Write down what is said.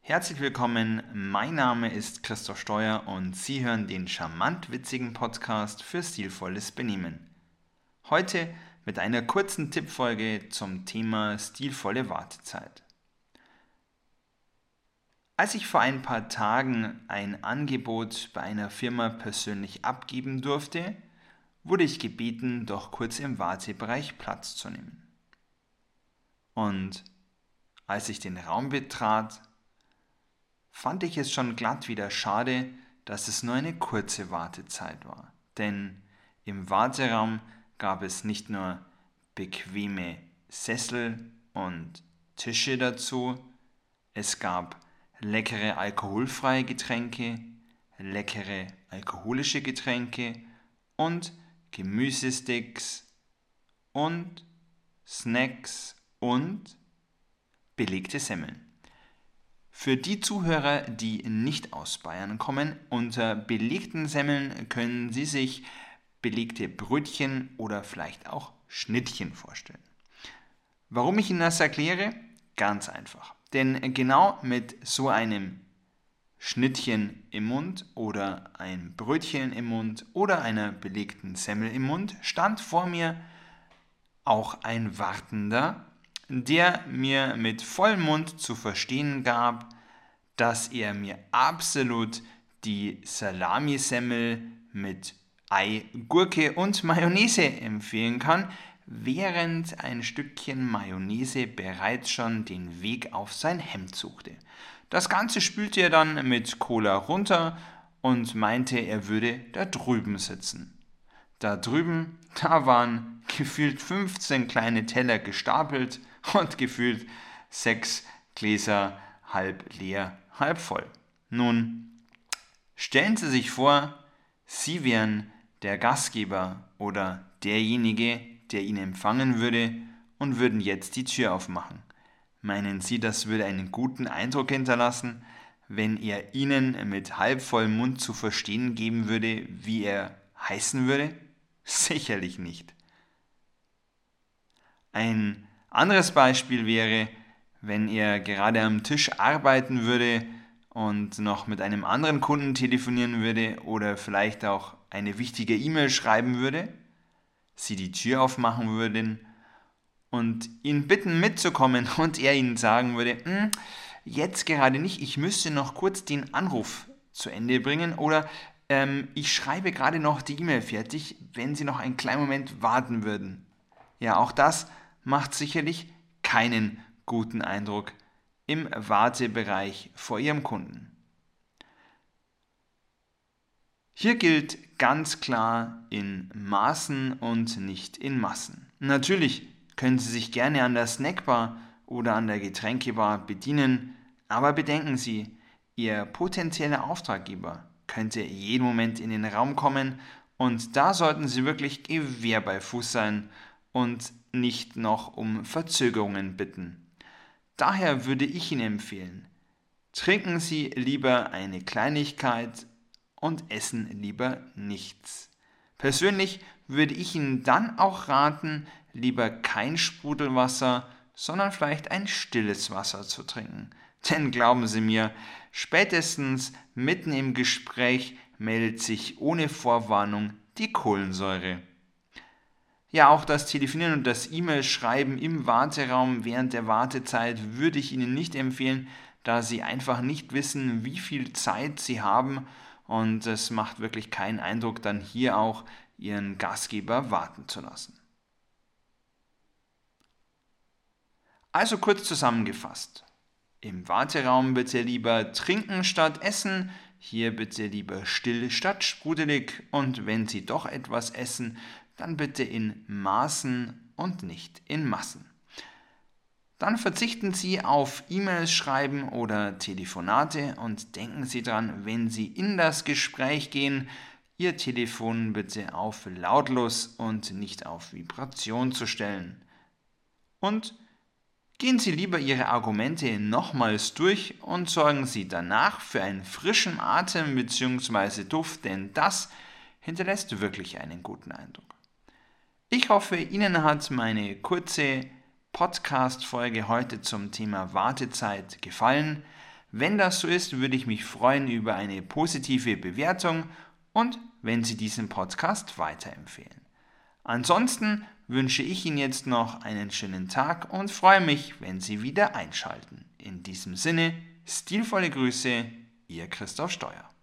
Herzlich willkommen, mein Name ist Christoph Steuer und Sie hören den charmant witzigen Podcast für stilvolles Benehmen. Heute mit einer kurzen Tippfolge zum Thema stilvolle Wartezeit. Als ich vor ein paar Tagen ein Angebot bei einer Firma persönlich abgeben durfte, wurde ich gebeten, doch kurz im Wartebereich Platz zu nehmen. Und als ich den Raum betrat, fand ich es schon glatt wieder schade, dass es nur eine kurze Wartezeit war. Denn im Warteraum gab es nicht nur bequeme Sessel und Tische dazu, es gab leckere alkoholfreie Getränke, leckere alkoholische Getränke und Gemüsesticks und Snacks und belegte Semmeln. Für die Zuhörer, die nicht aus Bayern kommen, unter belegten Semmeln können Sie sich belegte Brötchen oder vielleicht auch Schnittchen vorstellen. Warum ich Ihnen das erkläre? Ganz einfach. Denn genau mit so einem Schnittchen im Mund oder ein Brötchen im Mund oder einer belegten Semmel im Mund stand vor mir auch ein Wartender, der mir mit vollem Mund zu verstehen gab, dass er mir absolut die Salamisemmel mit Ei, Gurke und Mayonnaise empfehlen kann, während ein Stückchen Mayonnaise bereits schon den Weg auf sein Hemd suchte. Das Ganze spülte er dann mit Cola runter und meinte, er würde da drüben sitzen. Da drüben, da waren gefühlt 15 kleine Teller gestapelt und gefühlt 6 Gläser halb leer, halb voll. Nun, stellen Sie sich vor, Sie wären der Gastgeber oder derjenige, der ihn empfangen würde und würden jetzt die Tür aufmachen. Meinen Sie, das würde einen guten Eindruck hinterlassen, wenn er Ihnen mit halb vollem Mund zu verstehen geben würde, wie er heißen würde? Sicherlich nicht. Ein anderes Beispiel wäre, wenn er gerade am Tisch arbeiten würde und noch mit einem anderen Kunden telefonieren würde oder vielleicht auch eine wichtige E-Mail schreiben würde, Sie die Tür aufmachen würden und ihn bitten mitzukommen und er ihnen sagen würde, jetzt gerade nicht, ich müsste noch kurz den Anruf zu Ende bringen oder ich schreibe gerade noch die E-Mail fertig, wenn Sie noch einen kleinen Moment warten würden. Ja, auch das macht sicherlich keinen guten Eindruck im Wartebereich vor Ihrem Kunden. Hier gilt ganz klar in Maßen und nicht in Massen. Natürlich können Sie sich gerne an der Snackbar oder an der Getränkebar bedienen, aber bedenken Sie, Ihr potenzieller Auftraggeber könnte jeden Moment in den Raum kommen und da sollten Sie wirklich Gewehr bei Fuß sein und nicht noch um Verzögerungen bitten. Daher würde ich Ihnen empfehlen, trinken Sie lieber eine Kleinigkeit und essen lieber nichts. Persönlich würde ich Ihnen dann auch raten, lieber kein Sprudelwasser, sondern vielleicht ein stilles Wasser zu trinken. Denn glauben Sie mir, spätestens mitten im Gespräch meldet sich ohne Vorwarnung die Kohlensäure. Ja, auch das Telefonieren und das E-Mail-Schreiben im Warteraum während der Wartezeit würde ich Ihnen nicht empfehlen, da Sie einfach nicht wissen, wie viel Zeit Sie haben und es macht wirklich keinen Eindruck, dann hier auch Ihren Gastgeber warten zu lassen. Also kurz zusammengefasst. Im Warteraum bitte lieber trinken statt essen, hier bitte lieber still statt sprudelig und wenn Sie doch etwas essen, dann bitte in Maßen und nicht in Massen. Dann verzichten Sie auf E-Mails schreiben oder Telefonate und denken Sie dran, wenn Sie in das Gespräch gehen, Ihr Telefon bitte auf lautlos und nicht auf Vibration zu stellen. Und gehen Sie lieber Ihre Argumente nochmals durch und sorgen Sie danach für einen frischen Atem bzw. Duft, denn das hinterlässt wirklich einen guten Eindruck. Ich hoffe, Ihnen hat meine kurze Podcast-Folge heute zum Thema Wartezeit gefallen. Wenn das so ist, würde ich mich freuen über eine positive Bewertung und wenn Sie diesen Podcast weiterempfehlen. Ansonsten wünsche ich Ihnen jetzt noch einen schönen Tag und freue mich, wenn Sie wieder einschalten. In diesem Sinne, stilvolle Grüße, Ihr Christoph Steuer.